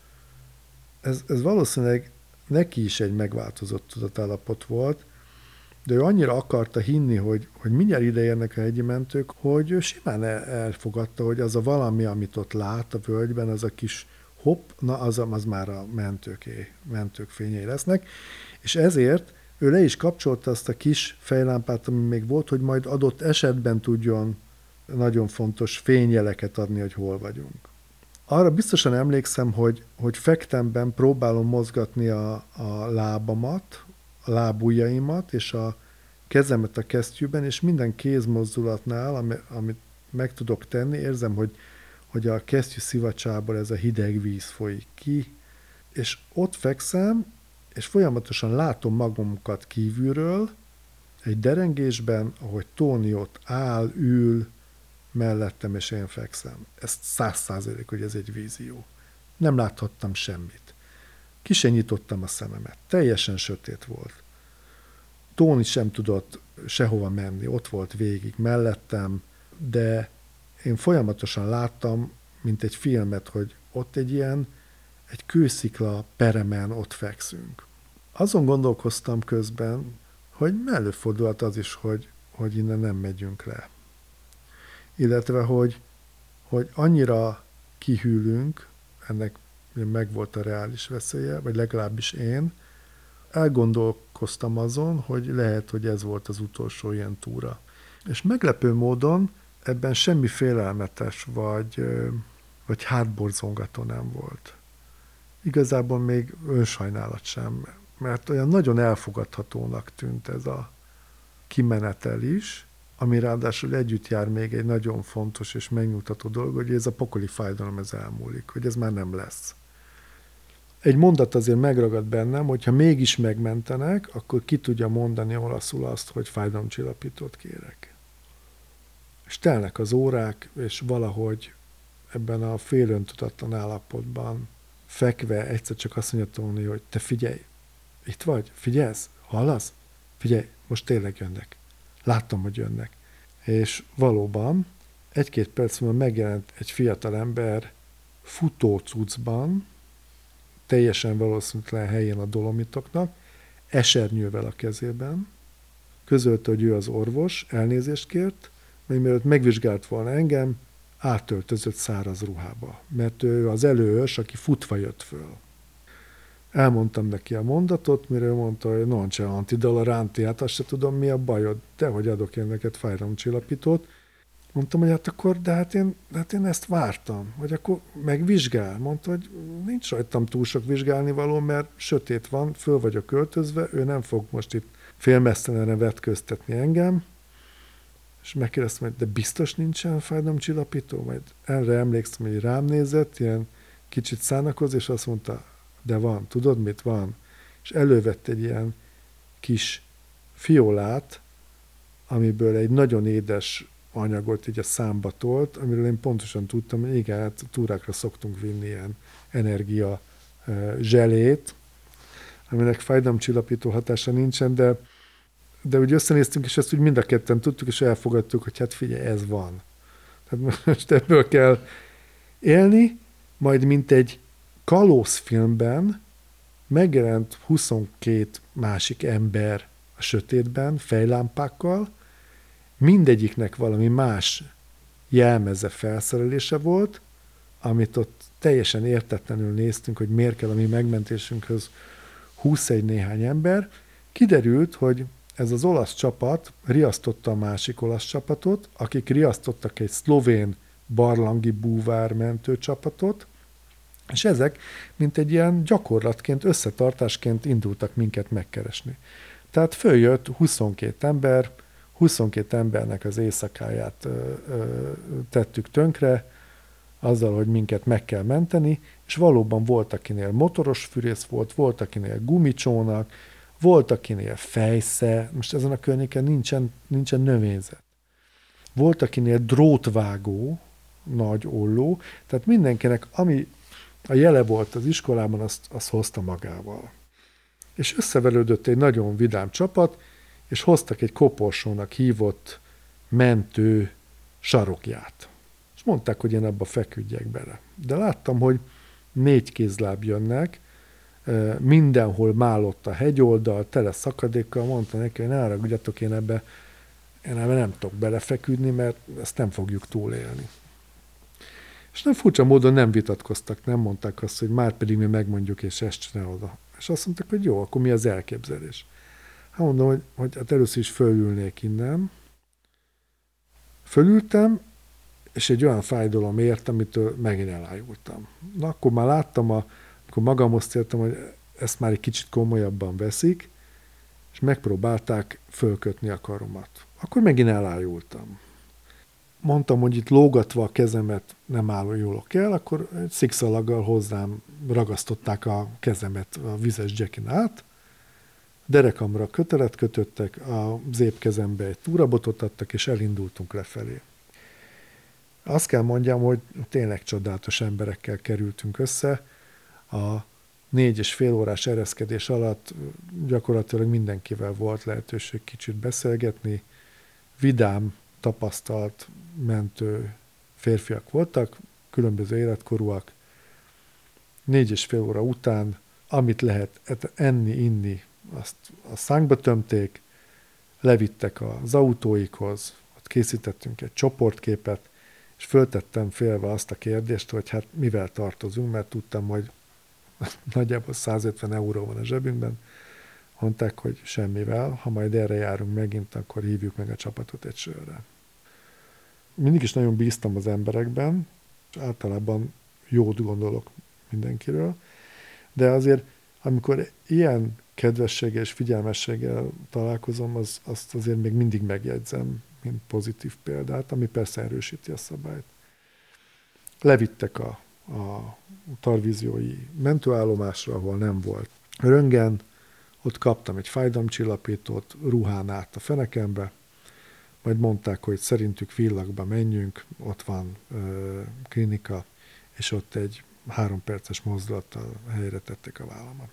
Ez, ez valószínűleg neki is egy megváltozott tudatállapot volt, de ő annyira akarta hinni, hogy, hogy mindjárt ide érnek a hegyi mentők, hogy ő simán elfogadta, hogy az a valami, amit ott lát a völgyben, az a kis hopp, na az, az már a mentőké, mentők fényei lesznek, és ezért ő le is kapcsolta azt a kis fejlámpát, ami még volt, hogy majd adott esetben tudjon nagyon fontos fényjeleket adni, hogy hol vagyunk. Arra biztosan emlékszem, hogy, hogy fektemben próbálom mozgatni a, a lábamat, a lábujjaimat, és a kezemet a kesztyűben, és minden kézmozdulatnál, amit meg tudok tenni, érzem, hogy, hogy a kesztyű szivacsából ez a hideg víz folyik ki, és ott fekszem, és folyamatosan látom magunkat kívülről, egy derengésben, ahogy Tóni ott áll, ül, mellettem, és én fekszem. Ez száz százalék, hogy ez egy vízió. Nem láthattam semmit. Ki sem nyitottam a szememet. Teljesen sötét volt. Tóni sem tudott sehova menni, ott volt végig mellettem, de én folyamatosan láttam, mint egy filmet, hogy ott egy ilyen, egy kőszikla peremen ott fekszünk. Azon gondolkoztam közben, hogy előfordulhat az is, hogy, hogy innen nem megyünk le. Illetve, hogy, hogy annyira kihűlünk, ennek megvolt a reális veszélye, vagy legalábbis én, elgondolkoztam azon, hogy lehet, hogy ez volt az utolsó ilyen túra. És meglepő módon ebben semmi félelmetes, vagy, vagy hátborzongató nem volt. Igazából még önsajnálat sem, mert olyan nagyon elfogadhatónak tűnt ez a kimenetel is, ami ráadásul együtt jár még egy nagyon fontos és megnyugtató dolog, hogy ez a pokoli fájdalom ez elmúlik, hogy ez már nem lesz. Egy mondat azért megragad bennem, hogyha mégis megmentenek, akkor ki tudja mondani olaszul azt, hogy fájdalomcsillapítót kérek. És telnek az órák, és valahogy ebben a félöntudatlan állapotban fekve egyszer csak azt mondja Tóni, hogy te figyelj, itt vagy, figyelsz, hallasz? Figyelj, most tényleg jönnek. Láttam, hogy jönnek. És valóban egy-két perc múlva megjelent egy fiatal ember futócucban, teljesen valószínűtlen helyén a Dolomitoknak, esernyővel a kezében, közölte, hogy ő az orvos, elnézést kért, még mielőtt megvizsgált volna engem, átöltözött száraz ruhába, mert ő az előös, aki futva jött föl. Elmondtam neki a mondatot, mire ő mondta, hogy non c'è antidoloranti, hát azt se tudom, mi a bajod, de hogy adok én neked fájdalomcsillapítót. Mondtam, hogy hát akkor, de hát én, de hát én ezt vártam, hogy akkor megvizsgál. Mondta, hogy nincs rajtam túl sok vizsgálni való, mert sötét van, föl vagyok költözve, ő nem fog most itt félmeztelenre vetköztetni engem. És megkérdeztem, hogy de biztos nincsen fájdalomcsillapító? Majd erre emlékszem, hogy rám nézett, ilyen kicsit szánakoz, és azt mondta, de van, tudod mit van? És elővett egy ilyen kis fiolát, amiből egy nagyon édes anyagot így a számba tolt, amiről én pontosan tudtam, hogy igen, hát túrákra szoktunk vinni ilyen energia zselét, aminek fájdalomcsillapító hatása nincsen, de, de úgy összenéztünk, és ezt úgy mind a ketten tudtuk, és elfogadtuk, hogy hát figyelj, ez van. Tehát most ebből kell élni, majd mint egy kalózfilmben megjelent huszonkét másik ember a sötétben, fejlámpákkal, mindegyiknek valami más jelmeze, felszerelése volt, amit ott teljesen értetlenül néztünk, hogy miért kell a mi megmentésünkhöz húszegy néhány ember. Kiderült, hogy ez az olasz csapat riasztotta a másik olasz csapatot, akik riasztottak egy szlovén barlangi búvár mentő csapatot, és ezek, mint egy ilyen gyakorlatként, összetartásként indultak minket megkeresni. Tehát följött huszonkét ember, huszonkét embernek az éjszakáját ö, ö, tettük tönkre, azzal, hogy minket meg kell menteni, és valóban volt, akinél motoros fűrész volt, volt, akinél gumicsónak, volt, akinél fejsze, most ezen a környéken nincsen, nincsen növényzet. Volt, akinél drótvágó, nagy olló, tehát mindenkinek, ami a jele volt az iskolában, azt, azt hozta magával. És összevelődött egy nagyon vidám csapat, és hoztak egy koporsónak hívott mentő sarokját. És mondták, hogy én abba feküdjek bele. De láttam, hogy négy kézláb jönnek, mindenhol málott a hegyoldal, tele szakadékkal, mondta neki, hogy ne haragudjatok, én ebbe, én ebbe nem tudok belefeküdni, mert ezt nem fogjuk túlélni. És nem furcsa módon nem vitatkoztak, nem mondták azt, hogy már pedig mi megmondjuk, és ezt csinálod. És azt mondták, hogy jó, akkor mi az elképzelés? Hát mondom, hogy, hogy hát először is fölülnék innen. Fölültem, és egy olyan fájdalom ért, amitől megint elájultam. Na, akkor már láttam, a, akkor magamhoz tértem, hogy ezt már egy kicsit komolyabban veszik, és megpróbálták fölkötni a karomat. Akkor megint elájultam. Mondtam, hogy itt lógatva a kezemet nem ájulok el, akkor egy szikszalaggal hozzám ragasztották a kezemet a vizes jackin át, derekamra kötelet kötöttek, az épp kezembe egy túrabotot adtak, és elindultunk lefelé. Azt kell mondjam, hogy tényleg csodálatos emberekkel kerültünk össze. A négy és fél órás ereszkedés alatt gyakorlatilag mindenkivel volt lehetőség kicsit beszélgetni. Vidám, tapasztalt, mentő férfiak voltak, különböző életkorúak. Négy és fél óra után, amit lehet enni, inni, azt a szánkba tömték, levittek az autóikhoz, ott készítettünk egy csoportképet, és föltettem félve azt a kérdést, hogy hát mivel tartozunk, mert tudtam, hogy nagyjából százötven euró van a zsebünkben. Mondták, hogy semmivel, ha majd erre járunk megint, akkor hívjuk meg a csapatot egy sörre. Mindig is nagyon bíztam az emberekben, és általában jót gondolok mindenkiről, de azért, amikor ilyen kedvességgel és figyelmességgel találkozom, az, azt azért még mindig megjegyzem, mint pozitív példát, ami persze erősíti a szabályt. Levittek a, a tarvíziói mentőállomásra, ahol nem volt röntgen, ott kaptam egy fájdalomcsillapítót, ruhán át a fenekembe, majd mondták, hogy szerintük Villagba menjünk, ott van ö, klinika, és ott egy három perces mozdulattal helyre tették a vállamat.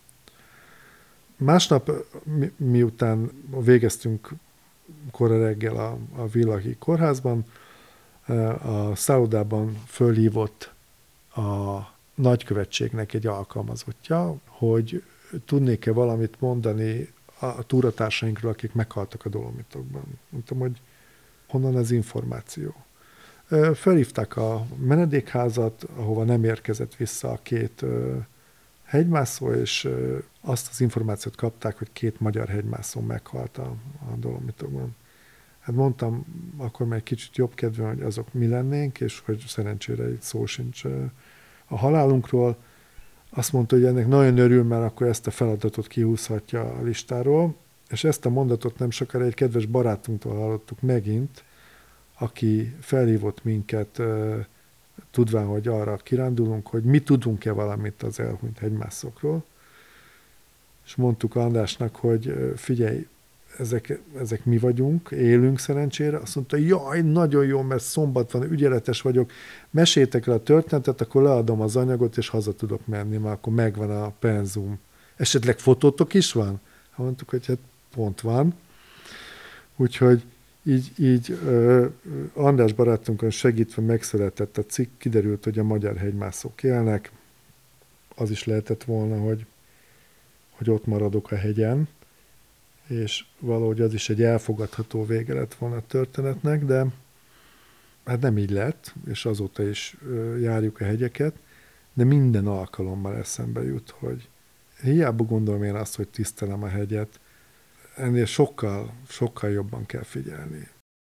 Másnap, mi, miután végeztünk kora reggel a, a Villagi kórházban, a szállodában fölhívott a nagykövetségnek egy alkalmazottja, hogy tudnék-e valamit mondani a túratársainkról, akik meghaltak a Dolomitokban. Mondtam, hogy Honnan az információ? Felhívták a menedékházat, ahova nem érkezett vissza a két hegymászó, és azt az információt kapták, hogy két magyar hegymászó meghalt a, a Dolomitokban. Hát mondtam akkor már egy kicsit jobb kedven, hogy azok mi lennénk, és hogy szerencsére itt szó sincs a halálunkról. Azt mondta, hogy ennek nagyon örül, mert akkor ezt a feladatot kihúzhatja a listáról, és ezt a mondatot nem sokára egy kedves barátunktól hallottuk megint, aki felhívott minket, tudván, hogy arra kirándulunk, hogy mi tudunk-e valamit az elhunyt hegymászokról, és mondtuk Andrásnak, hogy figyelj, ezek, ezek mi vagyunk, élünk szerencsére. Azt mondta, jaj, nagyon jó, mert szombat van, ügyeletes vagyok, meséltek el a történetet, akkor leadom az anyagot, és haza tudok menni, mert akkor megvan a penzum. Esetleg fotótok is van? Mondtuk, hogy hát pont van. Úgyhogy így, így uh, András barátunkon segítve megszületett a cikk, kiderült, hogy a magyar hegymászók élnek. Az is lehetett volna, hogy, hogy ott maradok a hegyen, és valahogy az is egy elfogadható vége lett volna a történetnek, de hát nem így lett, és azóta is uh, járjuk a hegyeket, de minden alkalommal eszembe jut, hogy hiába gondolom én azt, hogy tisztelem a hegyet, ennél sokkal, sokkal jobban kell figyelni.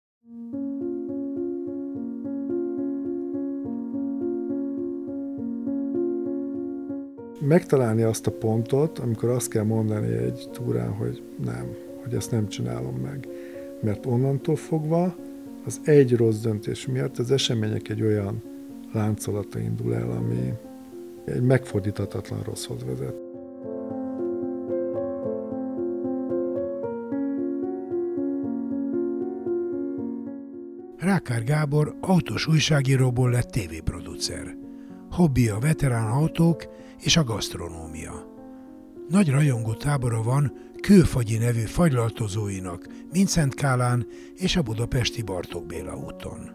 Megtalálni azt a pontot, amikor azt kell mondani egy túrán, hogy nem, hogy ezt nem csinálom meg. Mert onnantól fogva az egy rossz döntés miatt az események egy olyan láncolata indul el, ami egy megfordíthatatlan rosszhoz vezet. Rákár Gábor autós újságíróból lett tévéproducer. Hobbija a veterán autók és a gasztronómia. Nagy rajongó tábora van Kőfagyi nevű fagylaltozóinak Mincent Kálán és a budapesti Bartók Béla úton.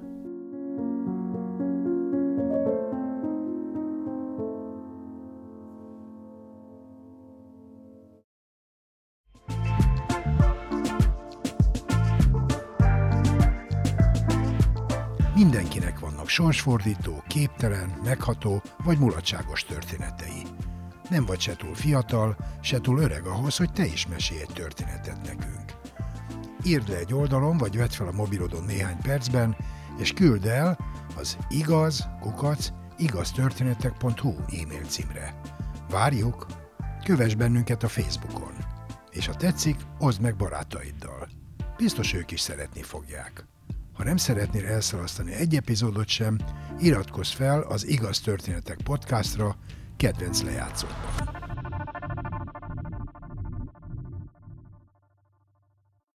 Mindenkinek vannak sorsfordító, képtelen, megható vagy mulatságos történetei. Nem vagy se túl fiatal, se túl öreg ahhoz, hogy te is mesélj egy történetet nekünk. Írd le egy oldalon, vagy vedd fel a mobilodon néhány percben, és küld el az igaz kukac igaztörténetek pont hu e-mail címre. Várjuk! Kövess bennünket a Facebookon. És ha tetszik, oszd meg barátaiddal. Biztos ők is szeretni fogják. Ha nem szeretnél elszalasztani egy epizódot sem, iratkozz fel az Igaz Történetek podcastra kedvenc lejátszódban.